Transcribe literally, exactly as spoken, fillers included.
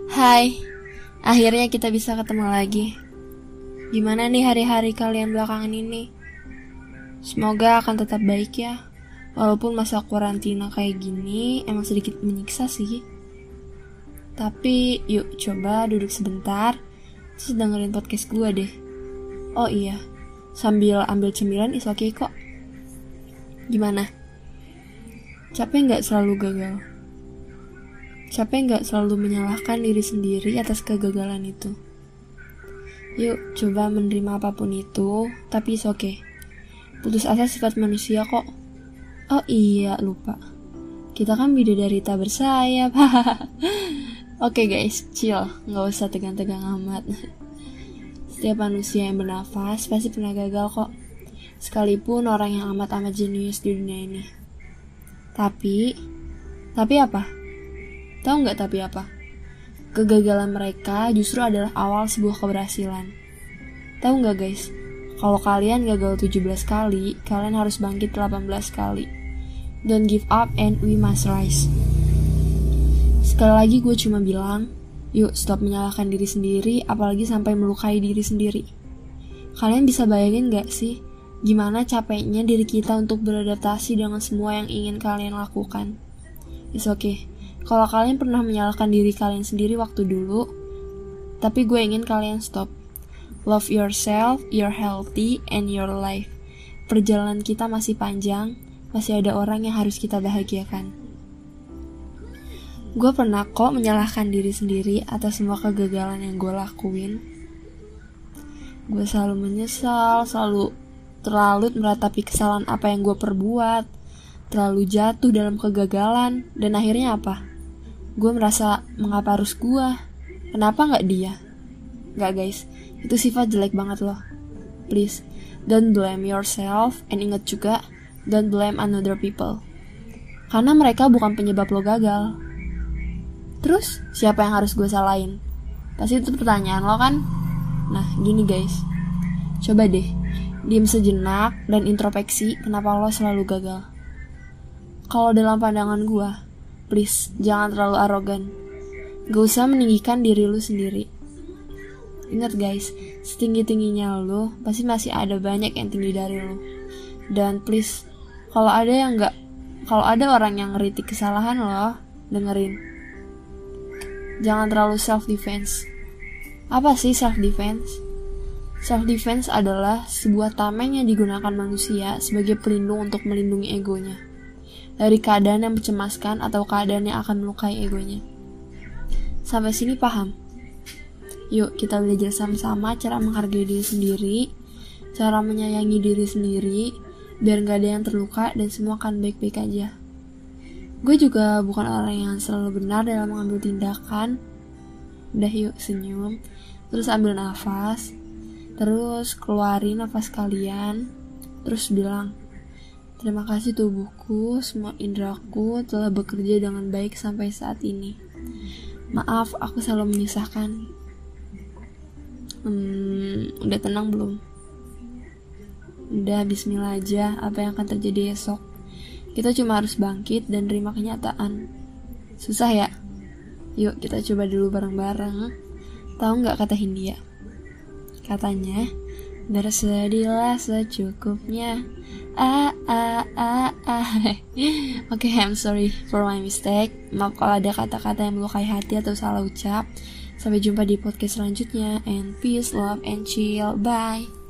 Hai, akhirnya kita bisa ketemu lagi. Gimana nih hari-hari kalian belakangan ini? Semoga akan tetap baik ya. Walaupun masa karantina kayak gini emang sedikit menyiksa sih. Tapi yuk coba duduk sebentar, terus dengerin podcast gue deh. Oh iya, sambil ambil cemilan is okay kok. Gimana? Capek gak selalu gagal? Capek gak selalu menyalahkan diri sendiri atas kegagalan itu? Yuk coba menerima apapun itu, tapi is okay. Putus asa sifat manusia kok. Oh iya, lupa. Kita kan bidadari tak bersayap. Oke okay guys, chill, gak usah tegang-tegang amat. Setiap manusia yang bernafas pasti pernah gagal kok. Sekalipun orang yang amat-amat jenius di dunia ini. Tapi, tapi apa? Tahu nggak tapi apa? Kegagalan mereka justru adalah awal sebuah keberhasilan. Tahu nggak guys? Kalau kalian gagal tujuh belas kali, kalian harus bangkit delapan belas kali. Don't give up and we must rise. Sekali lagi gue cuma bilang, yuk stop menyalahkan diri sendiri, apalagi sampai melukai diri sendiri. Kalian bisa bayangin gak sih, gimana capeknya diri kita untuk beradaptasi dengan semua yang ingin kalian lakukan? It's okay. Kalau kalian pernah menyalahkan diri kalian sendiri waktu dulu, tapi gue ingin kalian stop. Love yourself, you're healthy, and your life. Perjalanan kita masih panjang, masih ada orang yang harus kita bahagiakan. Gue pernah kok menyalahkan diri sendiri atas semua kegagalan yang gue lakuin. Gue selalu menyesal, selalu terlalu meratapi kesalahan apa yang gue perbuat, terlalu jatuh dalam kegagalan, dan akhirnya apa? Gue merasa, mengapa harus gue? Kenapa gak dia? Gak guys, itu sifat jelek banget loh. Please, don't blame yourself, and ingat juga, don't blame another people. Karena mereka bukan penyebab lo gagal. Terus, siapa yang harus gue salahin? Pasti itu pertanyaan lo kan? Nah, gini guys, coba deh, diam sejenak dan introspeksi kenapa lo selalu gagal. Kalau dalam pandangan gue, please, jangan terlalu arogan. Gak usah meninggikan diri lu sendiri. Ingat guys, setinggi-tingginya lu, pasti masih ada banyak yang tinggi dari lu. Dan please, kalau ada yang gak, kalau ada orang yang ngeritik kesalahan lo, dengerin. Jangan terlalu self-defense. Apa sih self-defense? Self-defense adalah sebuah tameng yang digunakan manusia sebagai pelindung untuk melindungi egonya dari keadaan yang mencemaskan atau keadaan yang akan melukai egonya. Sampai sini paham? Yuk kita belajar sama-sama cara menghargai diri sendiri, cara menyayangi diri sendiri, biar gak ada yang terluka dan semua akan baik-baik aja. Gue juga bukan orang yang selalu benar dalam mengambil tindakan. Udah yuk senyum, terus ambil nafas, terus keluarin nafas kalian, terus bilang, terima kasih tubuhku, semua indraku telah bekerja dengan baik sampai saat ini. Maaf, aku selalu menyusahkan. Hmm, udah tenang belum? Udah, bismillah aja, apa yang akan terjadi esok. Kita cuma harus bangkit dan terima kenyataan. Susah ya? Yuk kita coba dulu bareng-bareng. Tahu gak kata Hindia? Katanya, bersedihlah secukupnya. Ah ah ah ah. Oke, okay, I'm sorry for my mistake. Maaf kalau ada kata-kata yang melukai hati atau salah ucap. Sampai jumpa di podcast selanjutnya. And peace, love, and chill. Bye.